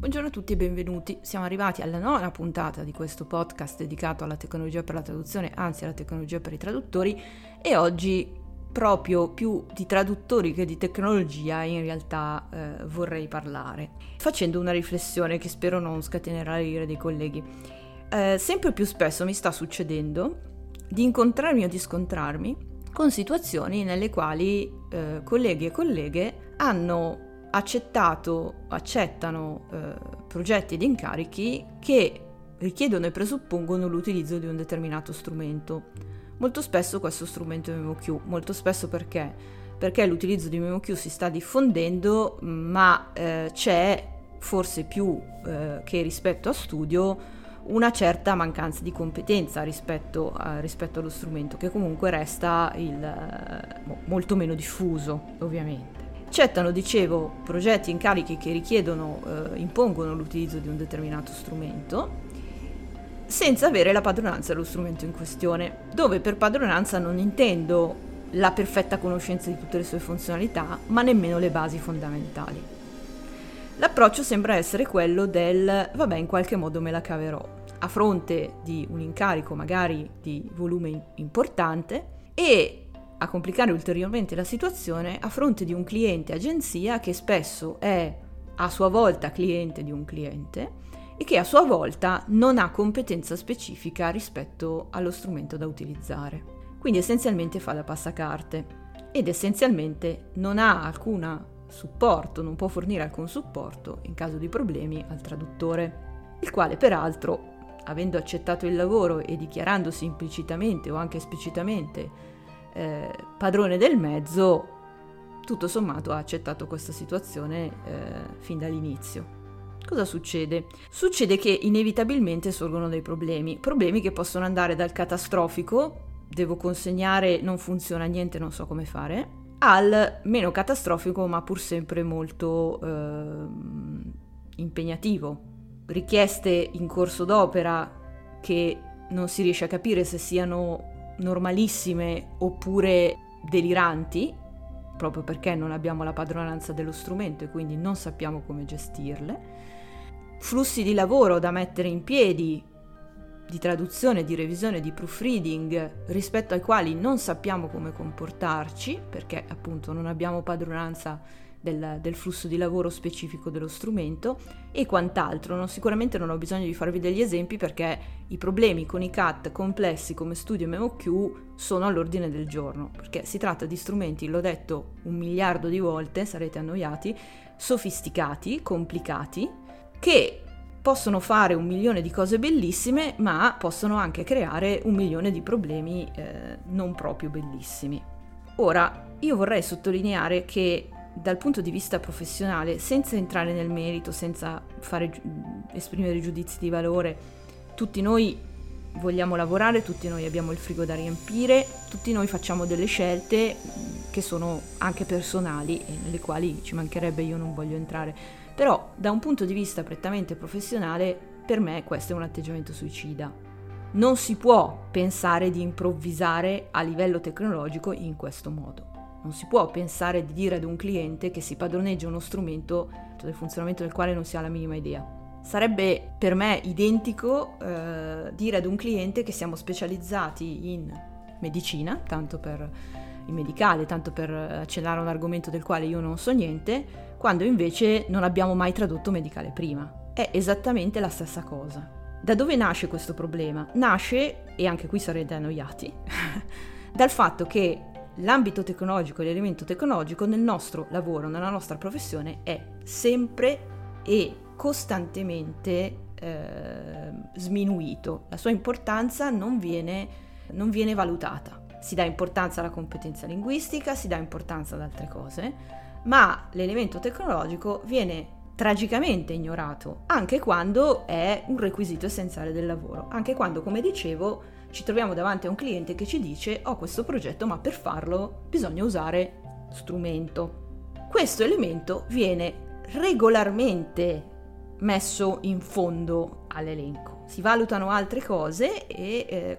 Buongiorno a tutti e benvenuti. Siamo arrivati alla 9ª puntata di questo podcast dedicato alla tecnologia per la traduzione, anzi alla tecnologia per i traduttori, e oggi proprio più di traduttori che di tecnologia in realtà vorrei parlare, facendo una riflessione che spero non scatenerà l'ira dei colleghi. Sempre più spesso mi sta succedendo di incontrarmi o di scontrarmi con situazioni nelle quali colleghi e colleghe accettano progetti ed incarichi che richiedono e presuppongono l'utilizzo di un determinato strumento. Molto spesso questo strumento è MemoQ, molto spesso perché l'utilizzo di MemoQ si sta diffondendo, ma c'è forse più che rispetto a Studio una certa mancanza di competenza rispetto allo strumento, che comunque resta molto meno diffuso, ovviamente. Accettano, dicevo, progetti e incarichi che impongono l'utilizzo di un determinato strumento senza avere la padronanza dello strumento in questione, dove per padronanza non intendo la perfetta conoscenza di tutte le sue funzionalità, ma nemmeno le basi fondamentali. L'approccio sembra essere quello del vabbè, in qualche modo me la caverò, a fronte di un incarico magari di volume importante, e a complicare ulteriormente la situazione a fronte di un cliente agenzia che spesso è a sua volta cliente di un cliente e che a sua volta non ha competenza specifica rispetto allo strumento da utilizzare. Quindi essenzialmente fa da passacarte ed essenzialmente non ha alcun supporto, non può fornire alcun supporto in caso di problemi al traduttore, il quale peraltro, avendo accettato il lavoro e dichiarandosi implicitamente o anche esplicitamente padrone del mezzo, tutto sommato ha accettato questa situazione fin dall'inizio. Cosa succede? Succede che inevitabilmente sorgono dei problemi che possono andare dal catastrofico, devo consegnare, non funziona niente, non so come fare, al meno catastrofico ma pur sempre molto impegnativo. Richieste in corso d'opera che non si riesce a capire se siano normalissime oppure deliranti, proprio perché non abbiamo la padronanza dello strumento e quindi non sappiamo come gestirle, flussi di lavoro da mettere in piedi, di traduzione, di revisione, di proofreading, rispetto ai quali non sappiamo come comportarci, perché appunto non abbiamo padronanza del flusso di lavoro specifico dello strumento e quant'altro. Sicuramente non ho bisogno di farvi degli esempi perché i problemi con i CAT complessi come Studio e MemoQ sono all'ordine del giorno, perché si tratta di strumenti, l'ho detto 1 miliardo di volte, sarete annoiati, sofisticati, complicati, che possono fare 1 milione di cose bellissime, ma possono anche creare 1 milione di problemi non proprio bellissimi. Ora, io vorrei sottolineare che dal punto di vista professionale, senza entrare nel merito, senza esprimere giudizi di valore, tutti noi vogliamo lavorare, tutti noi abbiamo il frigo da riempire, tutti noi facciamo delle scelte che sono anche personali e nelle quali ci mancherebbe, io non voglio entrare, però da un punto di vista prettamente professionale per me questo è un atteggiamento suicida. Non si può pensare di improvvisare a livello tecnologico in questo modo. Non si può pensare di dire ad un cliente che si padroneggia uno strumento del funzionamento del quale non si ha la minima idea. Sarebbe per me identico dire ad un cliente che siamo specializzati in medicina, tanto per il medicale, tanto per accennare a un argomento del quale io non so niente, quando invece non abbiamo mai tradotto medicale prima. È esattamente la stessa cosa. Da dove nasce questo problema? Nasce, e anche qui sarete annoiati, dal fatto che l'ambito tecnologico e l'elemento tecnologico nel nostro lavoro, nella nostra professione è sempre e costantemente sminuito. La sua importanza non viene valutata. Si dà importanza alla competenza linguistica, si dà importanza ad altre cose, ma l'elemento tecnologico viene tragicamente ignorato, anche quando è un requisito essenziale del lavoro, anche quando, come dicevo, ci troviamo davanti a un cliente che ci dice ho questo progetto ma per farlo bisogna usare strumento. Questo elemento viene regolarmente messo in fondo all'elenco. Si valutano altre cose e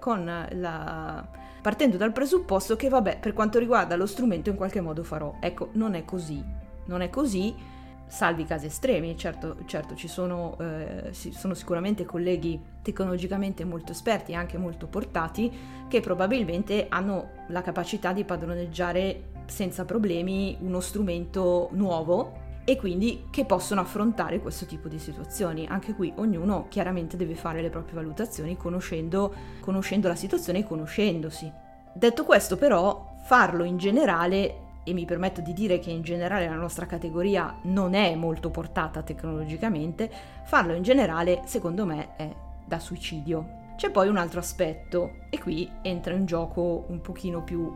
partendo dal presupposto che vabbè, per quanto riguarda lo strumento in qualche modo farò. Ecco, non è così. salvi casi estremi. Certo ci sono sicuramente colleghi tecnologicamente molto esperti e anche molto portati che probabilmente hanno la capacità di padroneggiare senza problemi uno strumento nuovo e quindi che possono affrontare questo tipo di situazioni. Anche qui ognuno chiaramente deve fare le proprie valutazioni conoscendo la situazione e conoscendosi. Detto questo, però, farlo in generale, e mi permetto di dire che in generale la nostra categoria non è molto portata tecnologicamente, farlo in generale secondo me è da suicidio. C'è poi un altro aspetto, e qui entra in gioco un pochino più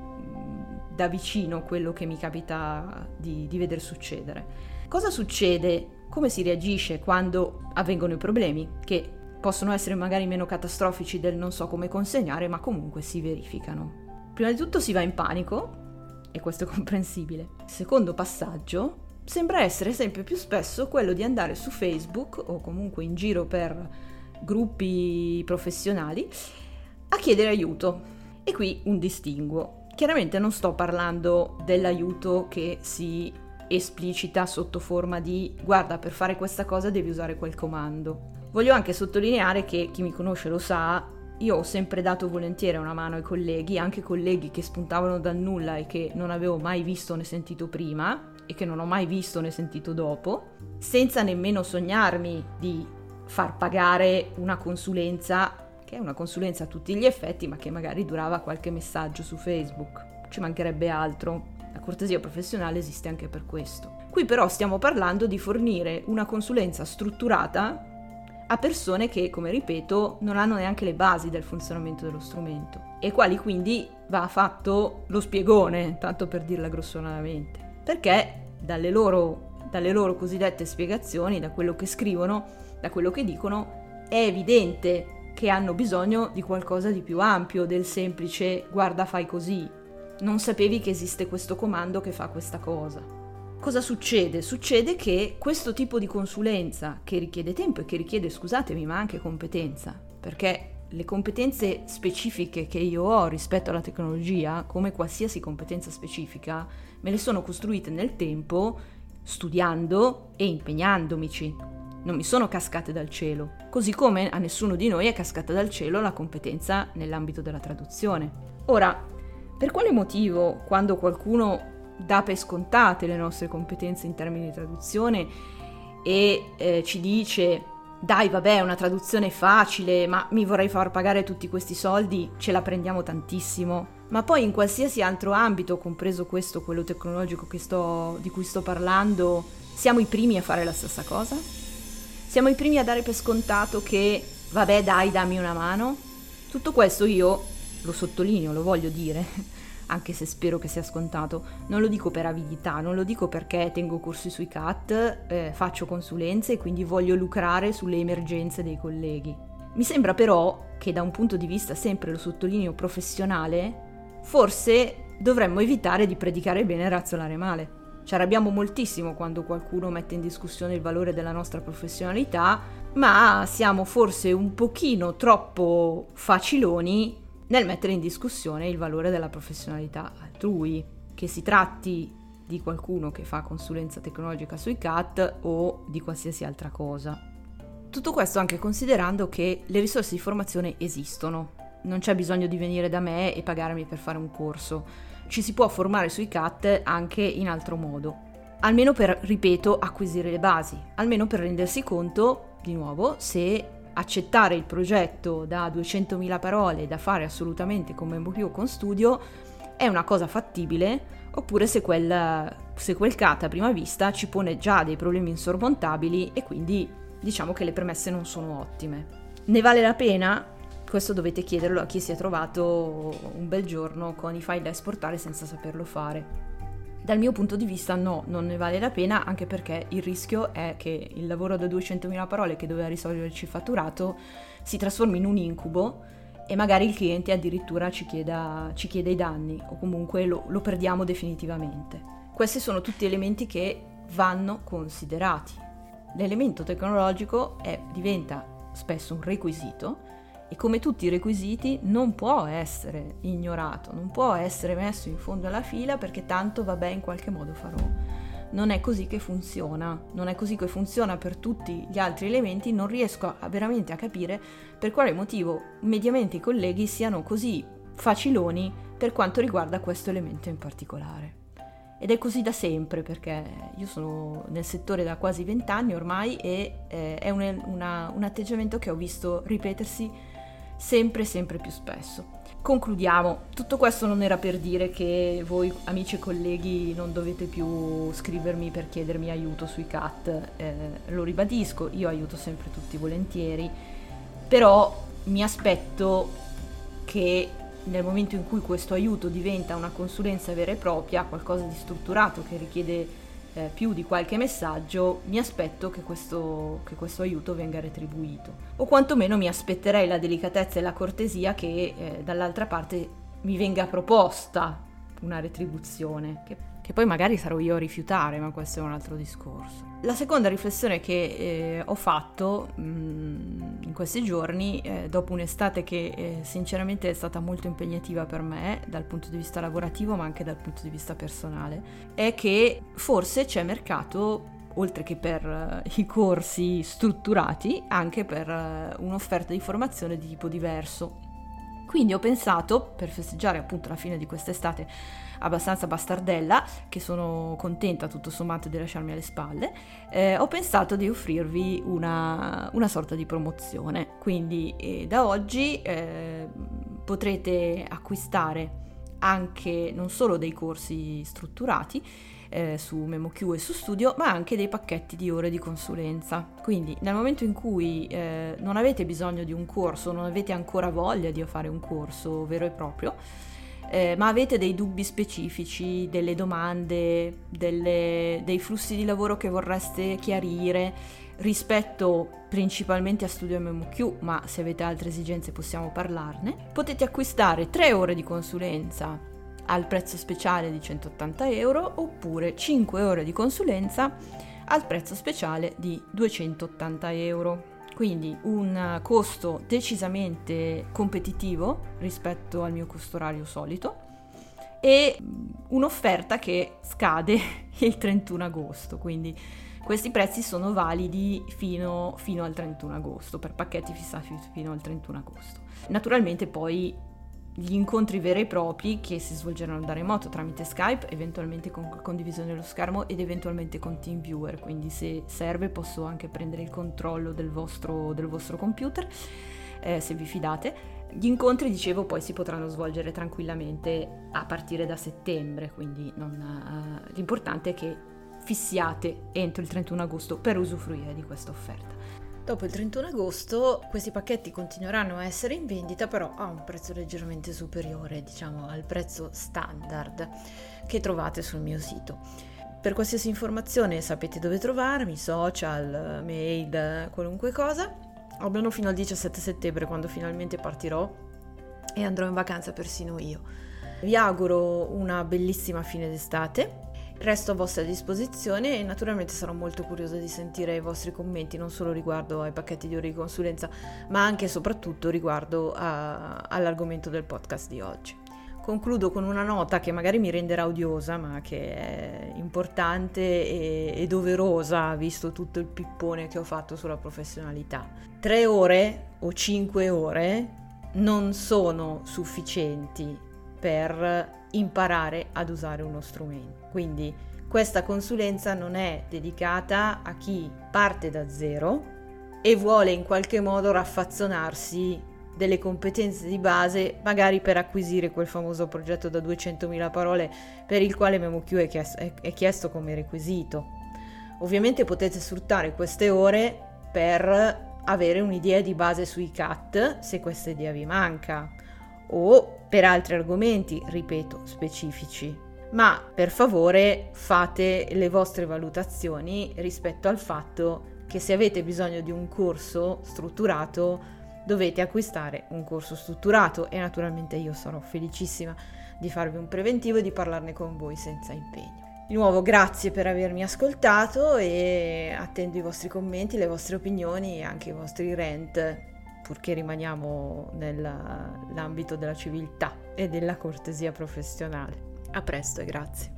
da vicino quello che mi capita di vedere succedere. Cosa succede? Come si reagisce quando avvengono i problemi? Che possono essere magari meno catastrofici del non so come consegnare, ma comunque si verificano. Prima di tutto si va in panico, e questo è comprensibile. Secondo passaggio, sembra essere sempre più spesso quello di andare su Facebook o comunque in giro per gruppi professionali a chiedere aiuto. E qui un distinguo. Chiaramente non sto parlando dell'aiuto che si esplicita sotto forma di guarda, per fare questa cosa devi usare quel comando. Voglio anche sottolineare che chi mi conosce lo sa, io ho sempre dato volentieri una mano ai colleghi, anche colleghi che spuntavano dal nulla e che non avevo mai visto né sentito prima e che non ho mai visto né sentito dopo, senza nemmeno sognarmi di far pagare una consulenza, che è una consulenza a tutti gli effetti, ma che magari durava qualche messaggio su Facebook. Ci mancherebbe altro. La cortesia professionale esiste anche per questo. Qui però stiamo parlando di fornire una consulenza strutturata a persone che, come ripeto, non hanno neanche le basi del funzionamento dello strumento e quali quindi va fatto lo spiegone, tanto per dirla grossolanamente, perché dalle loro cosiddette spiegazioni, da quello che scrivono, da quello che dicono, è evidente che hanno bisogno di qualcosa di più ampio del semplice guarda fai così. Non sapevi che esiste questo comando che fa questa cosa. Cosa succede? Succede che questo tipo di consulenza, che richiede tempo e che richiede, scusatemi, ma anche competenza, perché le competenze specifiche che io ho rispetto alla tecnologia, come qualsiasi competenza specifica, me le sono costruite nel tempo studiando e impegnandomici. Non mi sono cascate dal cielo, così come a nessuno di noi è cascata dal cielo la competenza nell'ambito della traduzione. Ora, per quale motivo, quando qualcuno dà per scontate le nostre competenze in termini di traduzione e ci dice dai vabbè, una traduzione facile, ma mi vorrei far pagare tutti questi soldi, ce la prendiamo tantissimo, ma poi in qualsiasi altro ambito, compreso questo, quello tecnologico di cui sto parlando, siamo i primi a fare la stessa cosa? Siamo i primi a dare per scontato che vabbè dai, dammi una mano? Tutto questo io lo sottolineo, lo voglio dire, anche se spero che sia scontato, non lo dico per avidità, non lo dico perché tengo corsi sui CAT, faccio consulenze e quindi voglio lucrare sulle emergenze dei colleghi. Mi sembra però che da un punto di vista, sempre lo sottolineo, professionale, forse dovremmo evitare di predicare bene e razzolare male. Ci arrabbiamo moltissimo quando qualcuno mette in discussione il valore della nostra professionalità, ma siamo forse un pochino troppo faciloni nel mettere in discussione il valore della professionalità altrui, che si tratti di qualcuno che fa consulenza tecnologica sui CAT o di qualsiasi altra cosa. Tutto questo anche considerando che le risorse di formazione esistono, non c'è bisogno di venire da me e pagarmi per fare un corso, ci si può formare sui CAT anche in altro modo, almeno per, ripeto, acquisire le basi, almeno per rendersi conto, di nuovo, se accettare il progetto da 200.000 parole da fare assolutamente come Mobio con Studio è una cosa fattibile, oppure se quel CAT a prima vista ci pone già dei problemi insormontabili e quindi diciamo che le premesse non sono ottime. Ne vale la pena? Questo dovete chiederlo a chi si è trovato un bel giorno con i file da esportare senza saperlo fare. Dal mio punto di vista no, non ne vale la pena, anche perché il rischio è che il lavoro da 200.000 parole che doveva risolverci il fatturato si trasformi in un incubo e magari il cliente addirittura ci chieda i danni o comunque lo perdiamo definitivamente. Questi sono tutti elementi che vanno considerati. L'elemento tecnologico diventa spesso un requisito e come tutti i requisiti non può essere ignorato, non può essere messo in fondo alla fila perché tanto vabbè in qualche modo non è così che funziona, non è così che funziona per tutti gli altri elementi. Non riesco veramente a capire per quale motivo mediamente i colleghi siano così faciloni per quanto riguarda questo elemento in particolare. Ed è così da sempre, perché io sono nel settore da quasi 20 anni ormai e è un atteggiamento che ho visto ripetersi sempre più spesso. Concludiamo. Tutto questo non era per dire che voi, amici e colleghi, non dovete più scrivermi per chiedermi aiuto sui CAT. Lo ribadisco, io aiuto sempre tutti volentieri, però mi aspetto che nel momento in cui questo aiuto diventa una consulenza vera e propria, qualcosa di strutturato che richiede più di qualche messaggio, mi aspetto che questo aiuto venga retribuito, o quantomeno mi aspetterei la delicatezza e la cortesia che dall'altra parte mi venga proposta una retribuzione, che poi magari sarò io a rifiutare, ma questo è un altro discorso. La seconda riflessione che ho fatto in questi giorni, dopo un'estate che sinceramente è stata molto impegnativa per me dal punto di vista lavorativo ma anche dal punto di vista personale, è che forse c'è mercato, oltre che per i corsi strutturati, anche per un'offerta di formazione di tipo diverso. Quindi ho pensato, per festeggiare appunto la fine di quest'estate abbastanza bastardella, che sono contenta tutto sommato di lasciarmi alle spalle, ho pensato di offrirvi una sorta di promozione. Quindi da oggi potrete acquistare anche non solo dei corsi strutturati su MemoQ e su Studio, ma anche dei pacchetti di ore di consulenza. Quindi nel momento in cui non avete bisogno di un corso, non avete ancora voglia di fare un corso vero e proprio, ma avete dei dubbi specifici, delle domande, dei flussi di lavoro che vorreste chiarire rispetto principalmente a Studio MemoQ, ma se avete altre esigenze possiamo parlarne, potete acquistare 3 ore di consulenza al prezzo speciale di 180 euro oppure 5 ore di consulenza al prezzo speciale di 280 euro. Quindi un costo decisamente competitivo rispetto al mio costo orario solito e un'offerta che scade il 31 agosto, quindi questi prezzi sono validi fino al 31 agosto, per pacchetti fissati fino al 31 agosto. Naturalmente poi gli incontri veri e propri che si svolgeranno da remoto tramite Skype, eventualmente con condivisione dello schermo ed eventualmente con TeamViewer, quindi se serve posso anche prendere il controllo del vostro computer, se vi fidate. Gli incontri, dicevo, poi si potranno svolgere tranquillamente a partire da settembre, quindi l'importante è che fissiate entro il 31 agosto per usufruire di questa offerta. Dopo il 31 agosto questi pacchetti continueranno a essere in vendita, però a un prezzo leggermente superiore, diciamo, al prezzo standard che trovate sul mio sito. Per qualsiasi informazione sapete dove trovarmi, social, mail, qualunque cosa. Almeno fino al 17 settembre, quando finalmente partirò e andrò in vacanza persino io. Vi auguro una bellissima fine d'estate. Resto a vostra disposizione e naturalmente sarò molto curiosa di sentire i vostri commenti, non solo riguardo ai pacchetti di ore di consulenza, ma anche e soprattutto riguardo all'argomento del podcast di oggi. Concludo con una nota che magari mi renderà odiosa, ma che è importante e doverosa, visto tutto il pippone che ho fatto sulla professionalità. 3 ore o 5 ore non sono sufficienti per imparare ad usare uno strumento. Quindi questa consulenza non è dedicata a chi parte da zero e vuole in qualche modo raffazzonarsi delle competenze di base, magari per acquisire quel famoso progetto da 200.000 parole per il quale MemoQ è chiesto come requisito. Ovviamente potete sfruttare queste ore per avere un'idea di base sui CAT, se questa idea vi manca, o per altri argomenti, ripeto, specifici. Ma per favore fate le vostre valutazioni rispetto al fatto che se avete bisogno di un corso strutturato dovete acquistare un corso strutturato e naturalmente io sarò felicissima di farvi un preventivo e di parlarne con voi senza impegno. Di nuovo grazie per avermi ascoltato e attendo i vostri commenti, le vostre opinioni e anche i vostri rant, purché rimaniamo nell'ambito della civiltà e della cortesia professionale. A presto e grazie.